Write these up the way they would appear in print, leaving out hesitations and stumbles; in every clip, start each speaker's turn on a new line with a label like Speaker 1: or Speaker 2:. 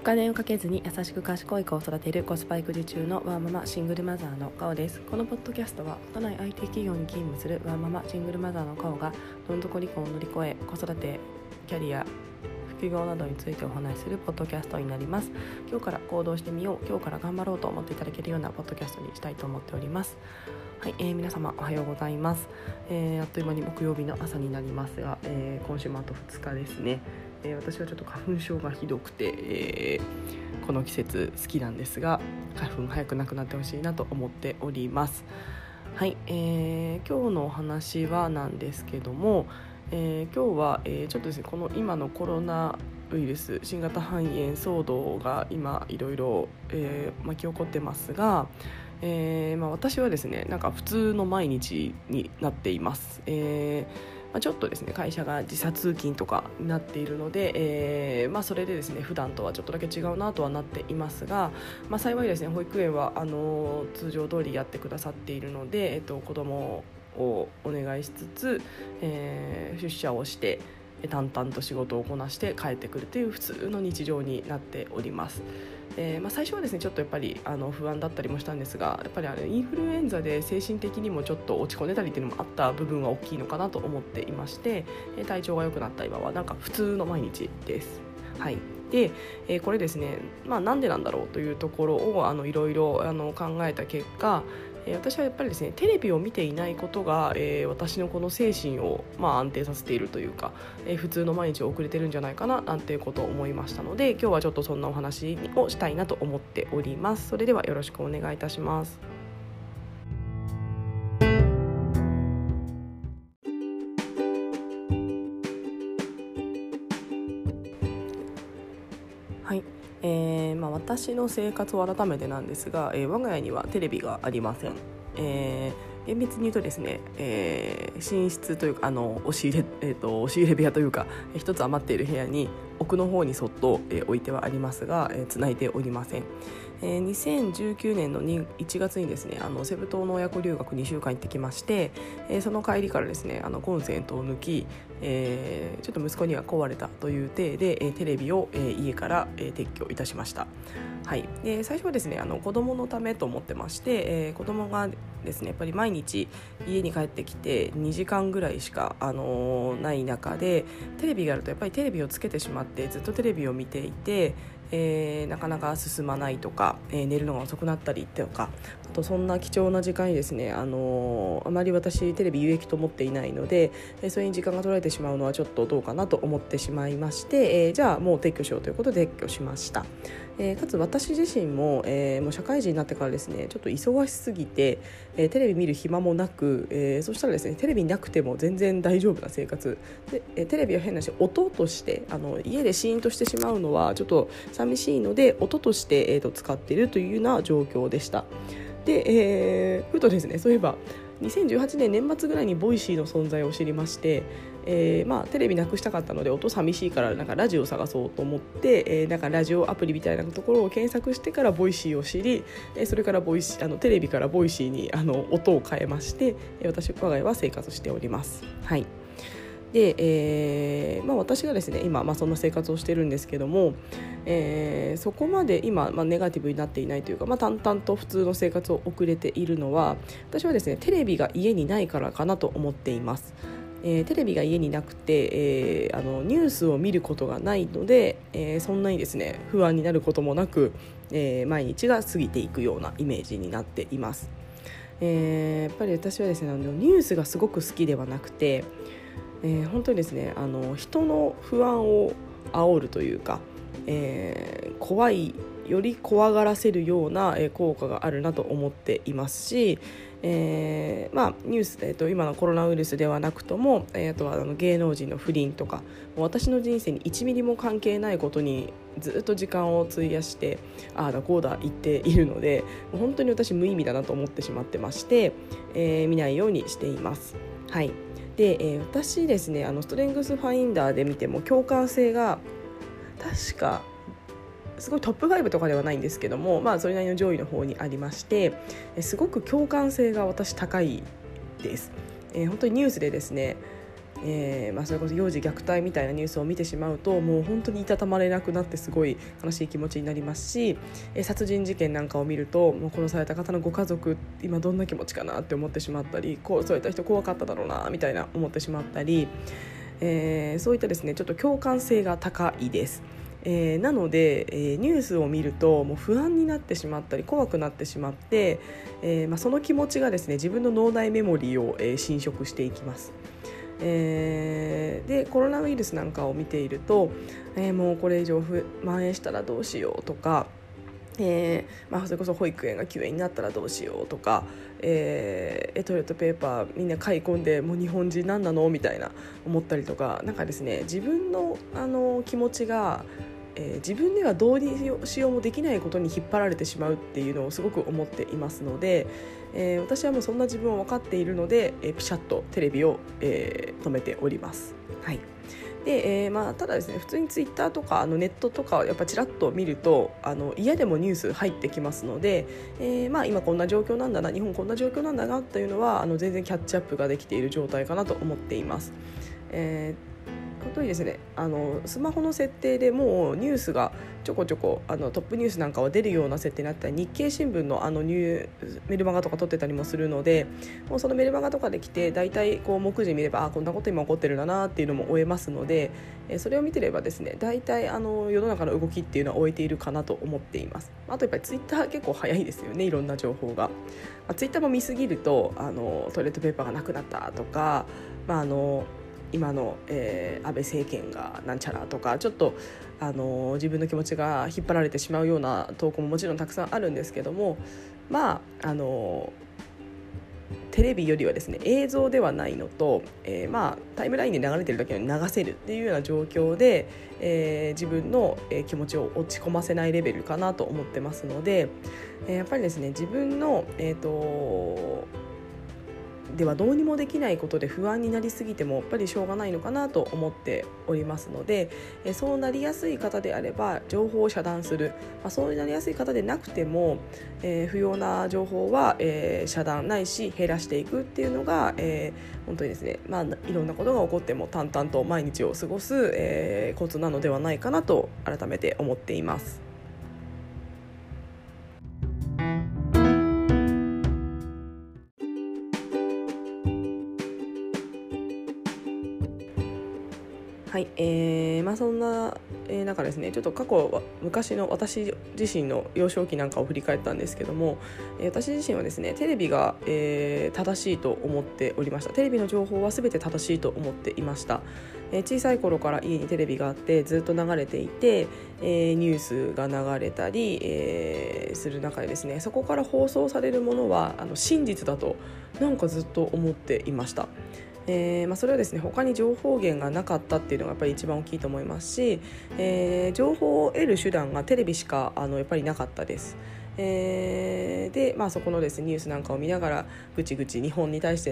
Speaker 1: 金をかけずに優しく賢い子を育てるコスパ育児中のワーママシングルマザーのカオです。このポッドキャストは都内 IT 企業に勤務するワーママシングルマザーのカオがどん底離婚を乗り越え子育て、キャリア、副業などについてお話しするポッドキャストになります。今日から行動してみよう、今日から頑張ろうと思っていただけるようなポッドキャストにしたいと思っております。はい、皆様おはようございます。あっという間に木曜日の朝になりますが、今週もあと2日ですね。私はちょっと花粉症がひどくて、この季節好きなんですが花粉早くなくなってほしいなと思っております。はい、今日のお話はなんですけども、今日は、ちょっとですねこの今のコロナウイルス新型肺炎騒動が今いろいろ巻き起こってますが、私はですねなんか普通の毎日になっています。ちょっとですね会社が時差通勤とかになっているので、それでですね普段とはちょっとだけ違うなとはなっていますが、幸いですね保育園は通常通りやってくださっているので、子供をお願いしつつ、出社をして淡々と仕事をこなして帰ってくるという普通の日常になっております。最初はですねちょっとやっぱり不安だったりもしたんですが、やっぱりインフルエンザで精神的にもちょっと落ち込んでたりっていうのもあった部分は大きいのかなと思っていまして、体調が良くなった今はなんか普通の毎日です。はい。で、これですね、なんでなんだろうというところをいろいろ考えた結果、私はやっぱりですねテレビを見ていないことが、私のこの精神を、安定させているというか、普通の毎日を送れてるんじゃないかななんていうことを思いましたので、今日はちょっとそんなお話をしたいなと思っております。それではよろしくお願いいたします。はい、私の生活を改めてなんですが、我が家にはテレビがありません。厳密に言うとですね、寝室というか押し入れ部屋というか一つ余っている部屋に奥の方にそっと、置いてはありますが、繋いでおりません。2019年の1月にですねセブ島の親子留学2週間行ってきまして、その帰りからですねコンセントを抜き、ちょっと息子には壊れたという体で、テレビを、家から、撤去いたしました。はい、で最初はですね子供のためと思ってまして、子供がですねやっぱり毎日家に帰ってきて2時間ぐらいしか、ない中でテレビがあるとやっぱりテレビをつけてしまってずっとテレビを見ていて、なかなか進まないとか、寝るのが遅くなったりとか、あとそんな貴重な時間にですね、あまり私テレビ有益と思っていないので、それに時間が取られてしまうのはちょっとどうかなと思ってしまいまして、じゃあもう撤去しようということで撤去しました。かつ私自身も、もう社会人になってからですねちょっと忙しすぎて、テレビ見る暇もなく、そしたらですねテレビなくても全然大丈夫な生活で、テレビは変なし音として家でシーンとしてしまうのはちょっと寂しいので音として、使っているというような状況でした。で、ふとですねそういえば2018年年末ぐらいにボイシーの存在を知りまして、テレビなくしたかったので音寂しいからなんかラジオを探そうと思って、なんかラジオアプリみたいなところを検索してからボイシーを知り、それからテレビからボイシーに音を変えまして、我が家は生活しております。はい。で、私がですね今、そんな生活をしてるんですけども、そこまで今、ネガティブになっていないというか、淡々と普通の生活を送れているのは私はですねテレビが家にないからかなと思っています。テレビが家になくて、ニュースを見ることがないので、そんなにですね不安になることもなく、毎日が過ぎていくようなイメージになっています。やっぱり私はですねニュースがすごく好きではなくて、本当にですね人の不安を煽るというか、より怖がらせるような効果があるなと思っていますし、ニュース、今のコロナウイルスではなくとも、あとは芸能人の不倫とか私の人生に1ミリも関係ないことにずっと時間を費やしてああだこうだ言っているので本当に私無意味だなと思ってしまってまして、見ないようにしています。はい。で、私ですねストレングスファインダーで見ても共感性が確かすごいトップ5とかではないんですけども、それなりの上位の方にありまして、すごく共感性が私高いです。本当にニュースでですね、 それこそ幼児虐待みたいなニュースを見てしまうともう本当にいたたまれなくなってすごい悲しい気持ちになりますし、殺人事件なんかを見るともう殺された方のご家族今どんな気持ちかなって思ってしまったり、殺された人怖かっただろうなみたいな思ってしまったり、そういったですねちょっと共感性が高いです。なので、ニュースを見るともう不安になってしまったり怖くなってしまって、その気持ちがですね自分の脳内メモリーを、侵食していきます。でコロナウイルスなんかを見ていると、もうこれ以上蔓延したらどうしようとか、それこそ保育園が休園になったらどうしようとか、トイレットペーパーみんな買い込んでもう日本人なんなのみたいな思ったりとか、なんかですね自分の、気持ちが自分ではどうにしようもできないことに引っ張られてしまうっていうのをすごく思っていますので、私はもうそんな自分を分かっているので、ピシャッとテレビを、止めております。はい。でただですね普通にツイッターとかネットとかやっぱちらっと見ると嫌でもニュース入ってきますので、今こんな状況なんだな日本こんな状況なんだなっていうのは全然キャッチアップができている状態かなと思っています。本当にですねスマホの設定でもうニュースがちょこちょこトップニュースなんかは出るような設定になったり日経新聞のメルマガとか撮ってたりもするので、もうそのメルマガとかで来て大体こう目次見ればこんなこと今起こってるんだなっていうのも追えますので、それを見てればですね大体世の中の動きっていうのは終えているかなと思っています。あとやっぱりツイッター結構早いですよね、いろんな情報が。ツイッターも見すぎるとトイレットペーパーがなくなったとか、今の、安倍政権がなんちゃらとかちょっと自分の気持ちが引っ張られてしまうような投稿ももちろんたくさんあるんですけども、テレビよりはですね映像ではないのと、タイムラインで流れてるだけに流せるっていうような状況で、自分の気持ちを落ち込ませないレベルかなと思ってますので、やっぱりですね自分のではどうにもできないことで不安になりすぎてもやっぱりしょうがないのかなと思っておりますので、そうなりやすい方であれば情報を遮断する、そうなりやすい方でなくても、不要な情報は、遮断ないし減らしていくっていうのが、本当にですね、いろんなことが起こっても淡々と毎日を過ごす、コツなのではないかなと改めて思っています。はい、そんな、中ですねちょっと昔の私自身の幼少期なんかを振り返ったんですけども、私自身はですねテレビが、正しいと思っておりました。テレビの情報は全て正しいと思っていました。小さい頃から家にテレビがあってずっと流れていて、ニュースが流れたり、する中でですねそこから放送されるものは真実だとなんかずっと思っていました。それはですね他に情報源がなかったっていうのがやっぱり一番大きいと思いますし、情報を得る手段がテレビしかやっぱりなかったです。でそこのですねニュースなんかを見ながらぐちぐち日本に対して、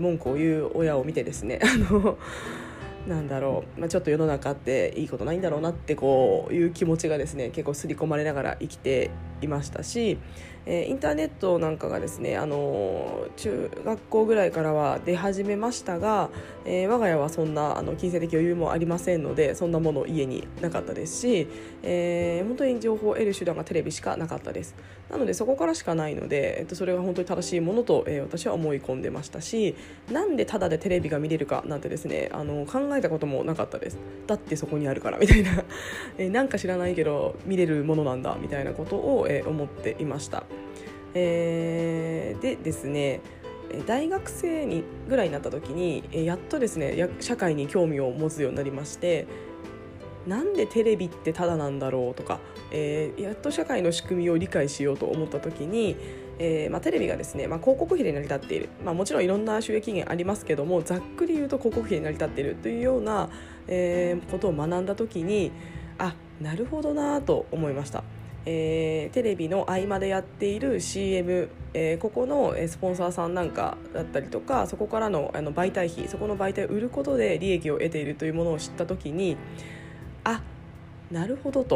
Speaker 1: 文句を言う親を見てですねなんだろう、ちょっと世の中っていいことないんだろうなってこういう気持ちがですね結構刷り込まれながら生きていましたし、インターネットなんかがですね中学校ぐらいからは出始めましたが、我が家はそんな金銭的余裕もありませんのでそんなもの家になかったですし、本当に情報を得る手段がテレビしかなかったです。なのでそこからしかないので、それが本当に正しいものと、私は思い込んでましたし、なんでタダでテレビが見れるかなんてですね考えたこともなかったです。だってそこにあるからみたいななんか知らないけど見れるものなんだみたいなことを、思っていました。でですね大学生ぐらいになった時にやっとですね社会に興味を持つようになりまして、なんでテレビってタダなんだろうとか、やっと社会の仕組みを理解しようと思った時に、テレビがですね、広告費で成り立っている、もちろんいろんな収益源ありますけどもざっくり言うと広告費で成り立っているというような、ことを学んだ時になるほどなと思いました。テレビの合間でやっている CM、ここのスポンサーさんなんかだったりとかそこからの媒体費、そこの媒体を売ることで利益を得ているというものを知った時になるほどと、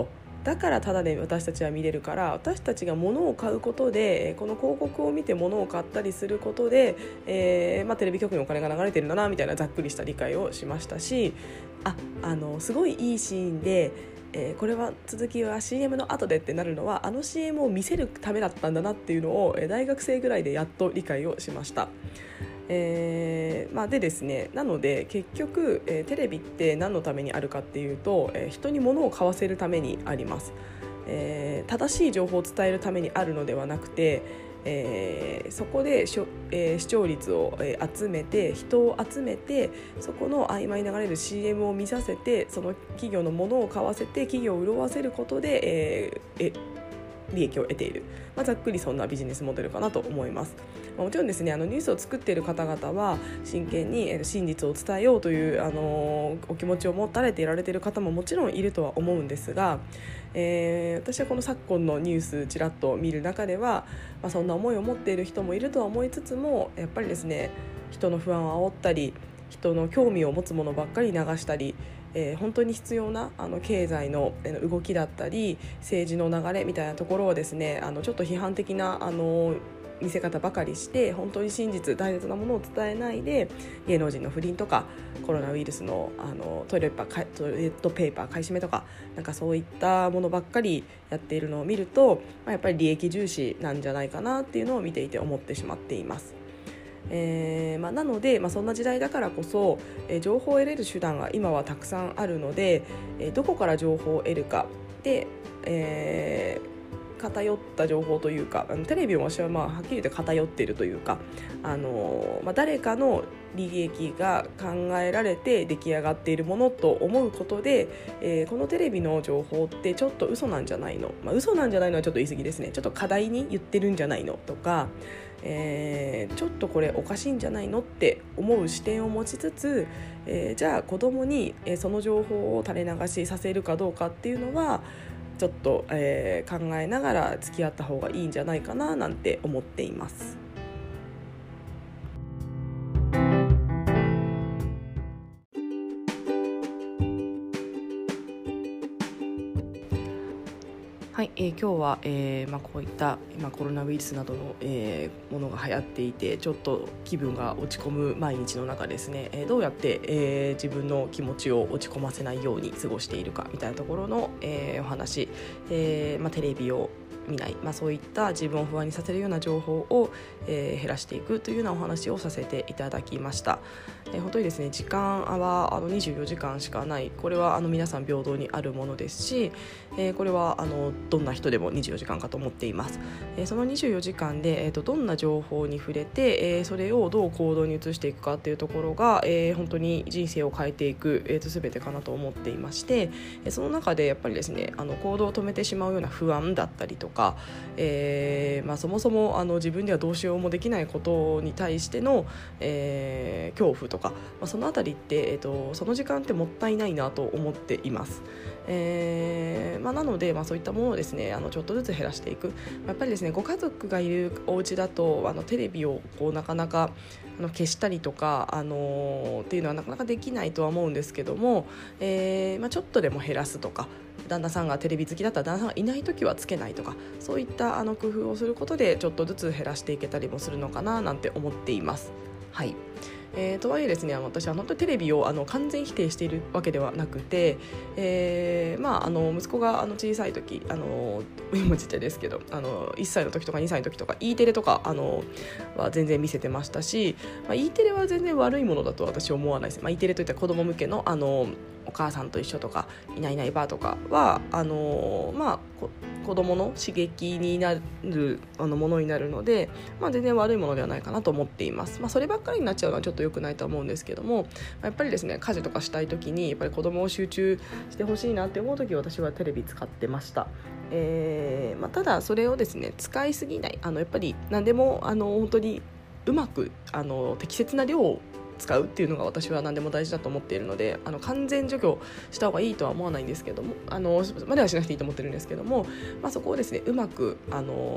Speaker 1: だからただで私たちは見れるから、私たちが物を買うことでこの広告を見て物を買ったりすることで、テレビ局にお金が流れてるんだなみたいなざっくりした理解をしましたし、すごいいいシーンで、これは続きは CM の後でってなるのは、あの CM を見せるためだったんだなっていうのを、大学生ぐらいでやっと理解をしました。でですね、なので結局、テレビって何のためにあるかっていうと、人に物を買わせるためにあります。正しい情報を伝えるためにあるのではなくて、そこで視聴率を集めて、人を集めて、そこの合間に流れる CM を見させて、その企業のものを買わせて企業を潤わせることで、利益を得ている、ざっくりそんなビジネスモデルかなと思います。もちろんですね、ニュースを作っている方々は真剣に真実を伝えようというお気持ちを持たれていられている方ももちろんいるとは思うんですが、私はこの昨今のニュースちらっと見る中では、そんな思いを持っている人もいるとは思いつつも、やっぱりですね、人の不安を煽ったり、人の興味を持つものばっかり流したり、本当に必要な経済の動きだったり政治の流れみたいなところをですね、ちょっと批判的な見せ方ばかりして、本当に真実大切なものを伝えないで、芸能人の不倫とかコロナウイルスのトイレットペーパー買い占めとか、なんかそういったものばっかりやっているのを見ると、やっぱり利益重視なんじゃないかなっていうのを見ていて思ってしまっています。なので、そんな時代だからこそ、情報を得れる手段が今はたくさんあるので、どこから情報を得るかで、偏った情報というか、テレビも私ははっきり言って偏っているというか、誰かの利益が考えられて出来上がっているものと思うことで、このテレビの情報ってちょっと嘘なんじゃないの、嘘なんじゃないのはちょっと言い過ぎですね。ちょっと過大に言ってるんじゃないのとか、ちょっとこれおかしいんじゃないのって思う視点を持ちつつ、じゃあ子供にその情報を垂れ流しさせるかどうかっていうのはちょっと、考えながら付き合った方がいいんじゃないかななんて思っています。はい、今日は、こういった今コロナウイルスなどの、ものが流行っていて、ちょっと気分が落ち込む毎日の中ですね、どうやって、自分の気持ちを落ち込ませないように過ごしているかみたいなところの、お話、テレビを見ない、そういった自分を不安にさせるような情報を、減らしていくというようなお話をさせていただきました。本当にですね、時間は24時間しかない。これは皆さん平等にあるものですし、これはどんな人でも24時間かと思っています。その24時間で、どんな情報に触れて、それをどう行動に移していくかっていうところが、本当に人生を変えていく、全てかなと思っていまして、その中でやっぱりですね、行動を止めてしまうような不安だったりとか、そもそも自分ではどうしようもできないことに対しての、恐怖とか、そのあたりって、その時間ってもったいないなと思っています。なので、そういったものをですね、ちょっとずつ減らしていく。やっぱりですね、ご家族がいるお家だとテレビをなかなか消したりとか、っていうのはなかなかできないとは思うんですけども、ちょっとでも減らすとか、旦那さんがテレビ好きだったら旦那さんがいない時はつけないとか、そういった工夫をすることでちょっとずつ減らしていけたりもするのかななんて思っています。はい。とはいえですね、私は本当にテレビを完全否定しているわけではなくて、息子が小さい時、今ちっちゃいですけど1歳の時とか2歳の時とか E テレとかは全然見せてましたし、E テレは全然悪いものだと私は思わないです。E テレといったら子供向けのお母さんと一緒とかいないいないばとかは子供の刺激になるものになるので、全然悪いものではないかなと思っています。そればっかりになっちゃうのはちょっと良くないと思うんですけども、やっぱりですね、家事とかしたい時にやっぱり子供を集中してほしいなって思う時、私はテレビ使ってました。ただそれをですね、使いすぎない、やっぱり何でも本当にうまく適切な量を使うっていうのが私は何でも大事だと思っているので、完全除去した方がいいとは思わないんですけども、まではしなくていいと思ってるんですけども、そこをですね、うまく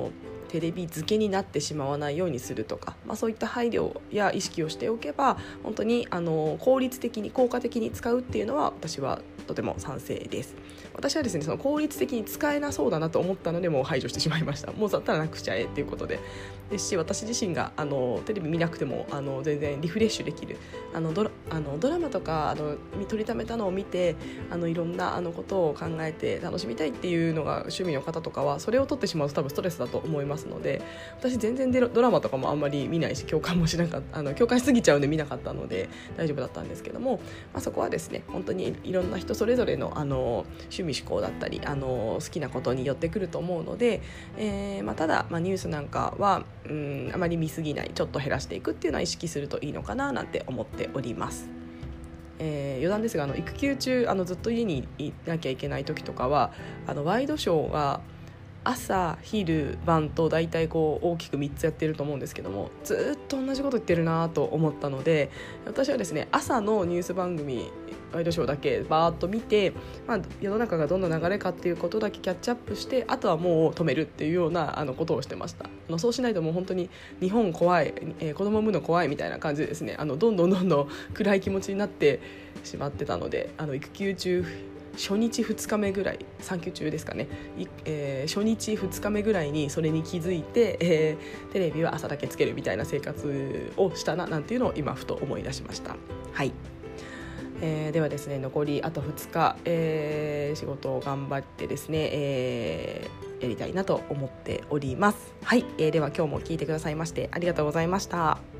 Speaker 1: テレビ漬けになってしまわないようにするとか、そういった配慮や意識をしておけば本当に効率的に効果的に使うっていうのは私はとても賛成です。私はですねその効率的に使えなそうだなと思ったのでもう排除してしまいました。もうだったらなくしちゃえっていうことでですし、私自身がテレビ見なくても全然リフレッシュできるドラマとか撮りためたのを見ていろんなことを考えて楽しみたいっていうのが趣味の方とかはそれを撮ってしまうと多分ストレスだと思いますので、私全然ドラマとかもあんまり見ないし共感もしなかった共感しすぎちゃうんで見なかったので大丈夫だったんですけども、そこはですね本当にいろんな人それぞれの趣味嗜好だったり好きなことに寄ってくると思うので、ただ、ニュースなんかはあまり見すぎない、ちょっと減らしていくっていうのは意識するといいのかななんて思っております。余談ですが育休中ずっと家にいなきゃいけない時とかはワイドショーが朝昼晩と大体大きく3つやってると思うんですけども、ずっと同じこと言ってるなと思ったので、私はですね朝のニュース番組ワイドショーだけバーッと見て、世の中がどんな流れかっていうことだけキャッチアップして、あとはもう止めるっていうようなことをしてました。そうしないともう本当に日本怖い、子供産むの怖いみたいな感じでですねどんどん暗い気持ちになってしまってたので、育休中初日2日目ぐらい、産休中ですかね、初日2日目ぐらいにそれに気づいて、テレビは朝だけつけるみたいな生活をしたななんていうのを今ふと思い出しました。はい、ではですね残りあと2日、仕事を頑張ってですね、やりたいなと思っております。はい、では今日も聞いてくださいましてありがとうございました。